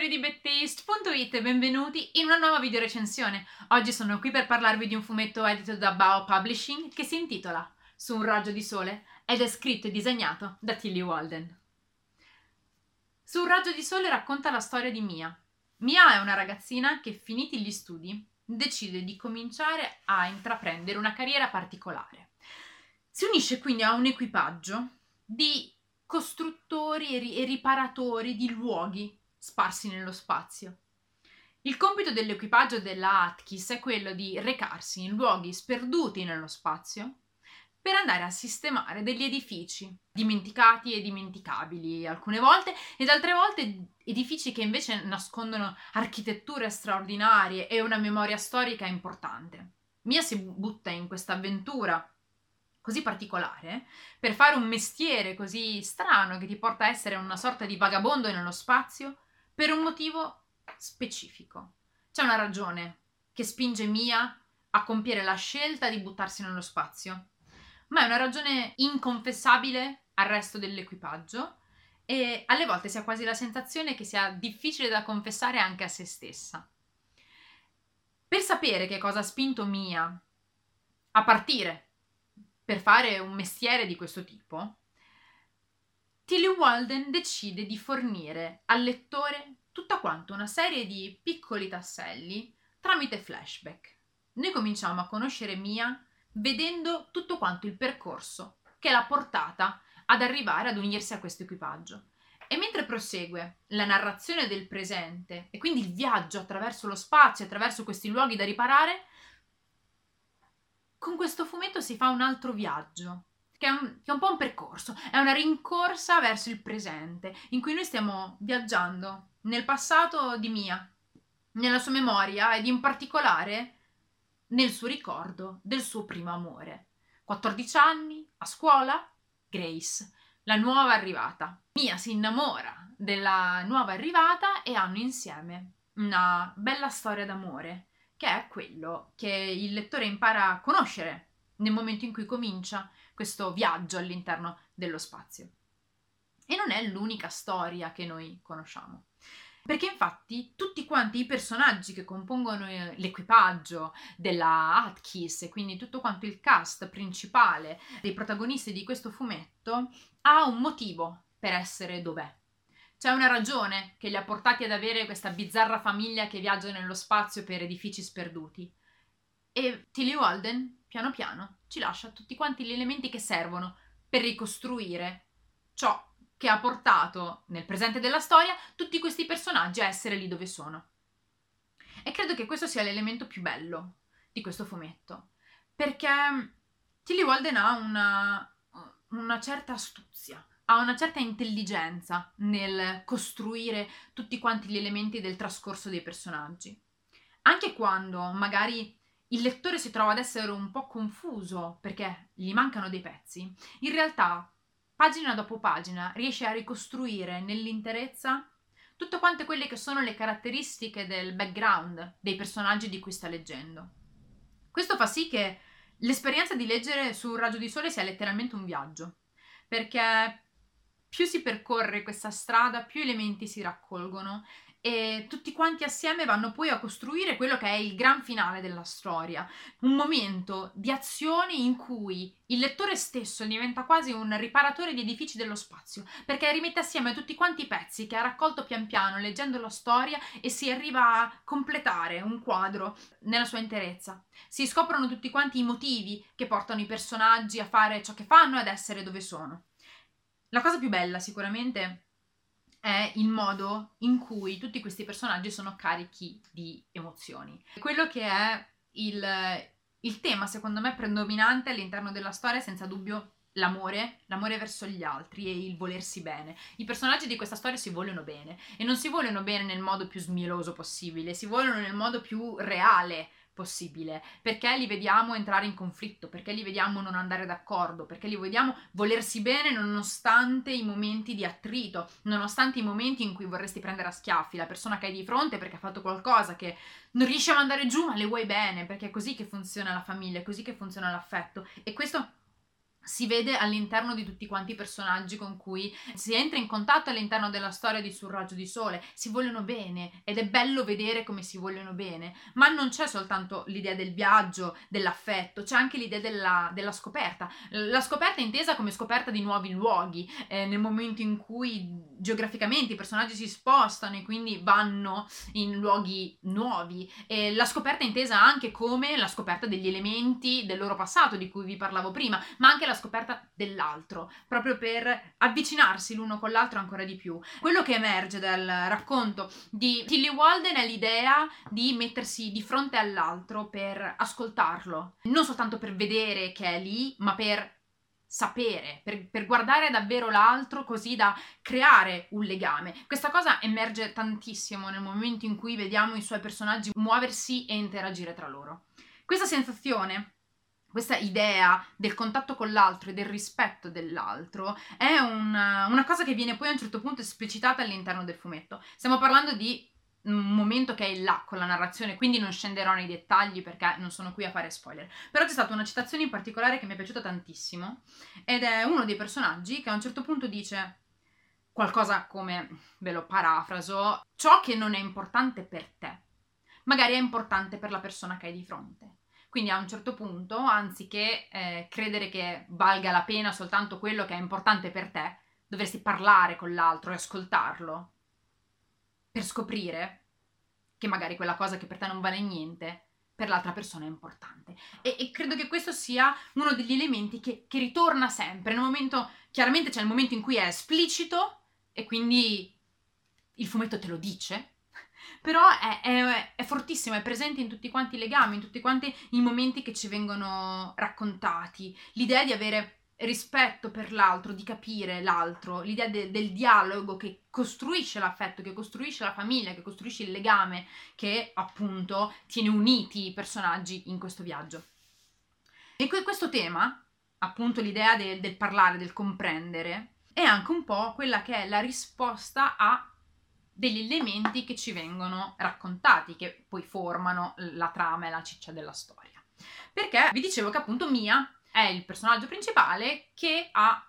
lettori di BadTaste.it e benvenuti in una nuova video recensione. Oggi sono qui per parlarvi di un fumetto edito da Bao Publishing che si intitola Su un raggio di sole ed è scritto e disegnato da Tillie Walden. Su un raggio di sole racconta la storia di Mia. Mia è una ragazzina che, finiti gli studi, decide di cominciare a intraprendere una carriera particolare. Si unisce quindi a un equipaggio di costruttori e riparatori di luoghi sparsi nello spazio. Il compito dell'equipaggio della Atkins è quello di recarsi in luoghi sperduti nello spazio per andare a sistemare degli edifici dimenticati e dimenticabili alcune volte, ed altre volte edifici che invece nascondono architetture straordinarie e una memoria storica importante. Mia si butta in questa avventura così particolare per fare un mestiere così strano che ti porta a essere una sorta di vagabondo nello spazio per un motivo specifico. C'è una ragione che spinge Mia a compiere la scelta di buttarsi nello spazio, ma è una ragione inconfessabile al resto dell'equipaggio e alle volte si ha quasi la sensazione che sia difficile da confessare anche a se stessa. Per sapere che cosa ha spinto Mia a partire per fare un mestiere di questo tipo, Tillie Walden decide di fornire al lettore tutta quanto una serie di piccoli tasselli tramite flashback. Noi cominciamo a conoscere Mia vedendo tutto quanto il percorso che l'ha portata ad arrivare ad unirsi a questo equipaggio. E mentre prosegue la narrazione del presente e quindi il viaggio attraverso lo spazio, attraverso questi luoghi da riparare, con questo fumetto si fa un altro viaggio, che è un po' un percorso, è una rincorsa verso il presente, in cui noi stiamo viaggiando nel passato di Mia, nella sua memoria ed in particolare nel suo ricordo del suo primo amore. 14 anni, a scuola, Grace, la nuova arrivata. Mia si innamora della nuova arrivata e hanno insieme una bella storia d'amore, che è quello che il lettore impara a conoscere nel momento in cui comincia questo viaggio all'interno dello spazio. E non è l'unica storia che noi conosciamo, perché infatti tutti quanti i personaggi che compongono l'equipaggio della Atkins e quindi tutto quanto il cast principale dei protagonisti di questo fumetto ha un motivo per essere dov'è. C'è una ragione che li ha portati ad avere questa bizzarra famiglia che viaggia nello spazio per edifici sperduti. E Tillie Walden, piano piano, ci lascia tutti quanti gli elementi che servono per ricostruire ciò che ha portato nel presente della storia tutti questi personaggi a essere lì dove sono. E credo che questo sia l'elemento più bello di questo fumetto, perché Tillie Walden ha una certa astuzia, ha una certa intelligenza nel costruire tutti quanti gli elementi del trascorso dei personaggi. Anche quando magari il lettore si trova ad essere un po' confuso perché gli mancano dei pezzi, in realtà, pagina dopo pagina, riesce a ricostruire nell'interezza tutte quante quelle che sono le caratteristiche del background dei personaggi di cui sta leggendo. Questo fa sì che l'esperienza di leggere Su un raggio di sole sia letteralmente un viaggio, perché più si percorre questa strada, più elementi si raccolgono e tutti quanti assieme vanno poi a costruire quello che è il gran finale della storia, un momento di azione in cui il lettore stesso diventa quasi un riparatore di edifici dello spazio, perché rimette assieme tutti quanti i pezzi che ha raccolto pian piano leggendo la storia e si arriva a completare un quadro nella sua interezza. Si scoprono tutti quanti i motivi che portano i personaggi a fare ciò che fanno e ad essere dove sono. La cosa più bella sicuramente è il modo in cui tutti questi personaggi sono carichi di emozioni. Quello che è il tema, secondo me, predominante all'interno della storia è senza dubbio l'amore verso gli altri e il volersi bene. I personaggi di questa storia si vogliono bene e non si vogliono bene nel modo più smieloso possibile, si vogliono nel modo più reale possibile, perché li vediamo entrare in conflitto, perché li vediamo non andare d'accordo, perché li vediamo volersi bene nonostante i momenti di attrito, nonostante i momenti in cui vorresti prendere a schiaffi la persona che hai di fronte perché ha fatto qualcosa che non riesce a mandare giù, ma le vuoi bene, perché è così che funziona la famiglia, è così che funziona l'affetto. E questo si vede all'interno di tutti quanti i personaggi con cui si entra in contatto all'interno della storia di Sul raggio di sole. Si vogliono bene ed è bello vedere come si vogliono bene, ma non c'è soltanto l'idea del viaggio, dell'affetto, c'è anche l'idea della scoperta. La scoperta è intesa come scoperta di nuovi luoghi, nel momento in cui geograficamente i personaggi si spostano e quindi vanno in luoghi nuovi. E la scoperta è intesa anche come la scoperta degli elementi del loro passato, di cui vi parlavo prima, ma anche la scoperta dell'altro, proprio per avvicinarsi l'uno con l'altro ancora di più. Quello che emerge dal racconto di Tillie Walden è l'idea di mettersi di fronte all'altro per ascoltarlo, non soltanto per vedere che è lì, ma per sapere, per guardare davvero l'altro, così da creare un legame. Questa cosa emerge tantissimo nel momento in cui vediamo i suoi personaggi muoversi e interagire tra loro. Questa sensazione, questa idea del contatto con l'altro e del rispetto dell'altro è una cosa che viene poi a un certo punto esplicitata all'interno del fumetto. Stiamo parlando di un momento che è là con la narrazione, quindi non scenderò nei dettagli perché non sono qui a fare spoiler. Però c'è stata una citazione in particolare che mi è piaciuta tantissimo ed è uno dei personaggi che a un certo punto dice qualcosa come, ve lo parafraso, ciò che non è importante per te magari è importante per la persona che hai di fronte. Quindi a un certo punto, anziché credere che valga la pena soltanto quello che è importante per te, dovresti parlare con l'altro e ascoltarlo per scoprire che magari quella cosa che per te non vale niente, per l'altra persona è importante. E credo che questo sia uno degli elementi che ritorna sempre. Nel momento, chiaramente c'è il momento in cui è esplicito e quindi il fumetto te lo dice, però è fortissimo, è presente in tutti quanti i legami, in tutti quanti i momenti che ci vengono raccontati. L'idea di avere rispetto per l'altro, di capire l'altro, l'idea del dialogo che costruisce l'affetto, che costruisce la famiglia, che costruisce il legame, che appunto tiene uniti i personaggi in questo viaggio. E questo tema, appunto l'idea del parlare, del comprendere, è anche un po' quella che è la risposta a degli elementi che ci vengono raccontati, che poi formano la trama e la ciccia della storia. Perché vi dicevo che appunto Mia è il personaggio principale che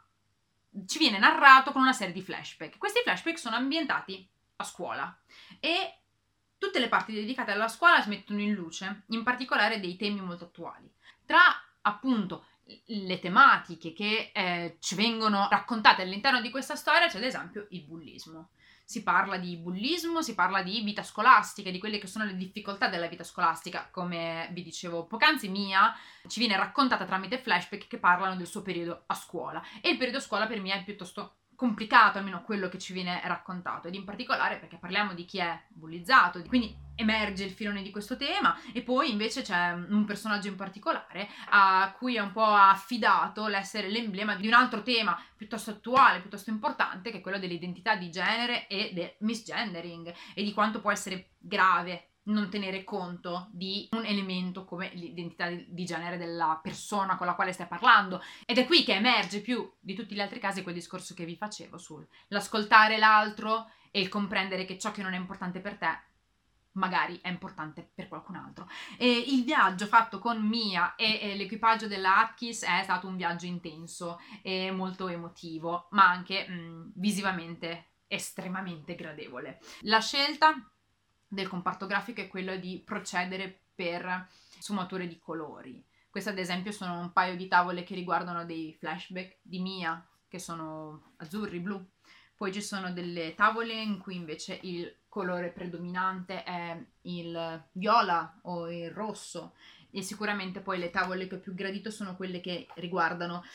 ci viene narrato con una serie di flashback. Questi flashback sono ambientati a scuola e tutte le parti dedicate alla scuola si mettono in luce, in particolare dei temi molto attuali. Tra appunto le tematiche che ci vengono raccontate all'interno di questa storia c'è ad esempio il bullismo. Si parla di bullismo, si parla di vita scolastica, di quelle che sono le difficoltà della vita scolastica. Come vi dicevo poc'anzi, Mia ci viene raccontata tramite flashback che parlano del suo periodo a scuola. E il periodo a scuola per Mia è piuttosto complicato, almeno quello che ci viene raccontato, ed in particolare perché parliamo di chi è bullizzato, quindi emerge il filone di questo tema. E poi invece c'è un personaggio in particolare a cui è un po' affidato l'essere l'emblema di un altro tema piuttosto attuale, piuttosto importante, che è quello dell'identità di genere e del misgendering, e di quanto può essere grave non tenere conto di un elemento come l'identità di genere della persona con la quale stai parlando. Ed è qui che emerge più di tutti gli altri casi quel discorso che vi facevo sull'ascoltare l'altro e il comprendere che ciò che non è importante per te magari è importante per qualcun altro. E il viaggio fatto con Mia e l'equipaggio della Atkins è stato un viaggio intenso e molto emotivo, ma anche visivamente estremamente gradevole. La scelta del comparto grafico è quella di procedere per sfumature di colori. Queste ad esempio sono un paio di tavole che riguardano dei flashback di Mia, che sono azzurri, blu. Poi ci sono delle tavole in cui invece il colore predominante è il viola o il rosso, e sicuramente poi le tavole che ho più gradito sono quelle che riguardano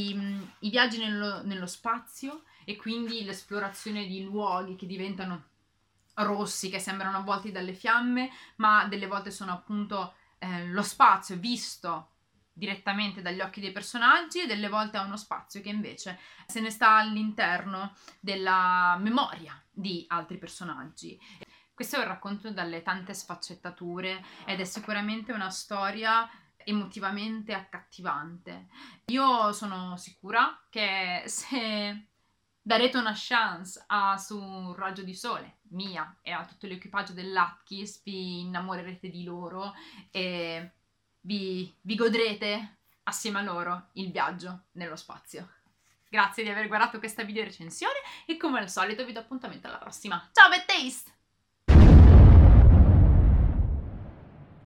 i viaggi nello spazio, e quindi l'esplorazione di luoghi che diventano rossi, che sembrano avvolti dalle fiamme, ma delle volte sono appunto lo spazio visto direttamente dagli occhi dei personaggi, e delle volte è uno spazio che invece se ne sta all'interno della memoria di altri personaggi. Questo è un racconto dalle tante sfaccettature ed è sicuramente una storia emotivamente accattivante. Io sono sicura che se darete una chance a Su raggio di sole, Mia e a tutto l'equipaggio dell'Atkins, vi innamorerete di loro e vi godrete assieme a loro il viaggio nello spazio. Grazie di aver guardato questa video recensione e come al solito vi do appuntamento alla prossima. Ciao Bad Taste!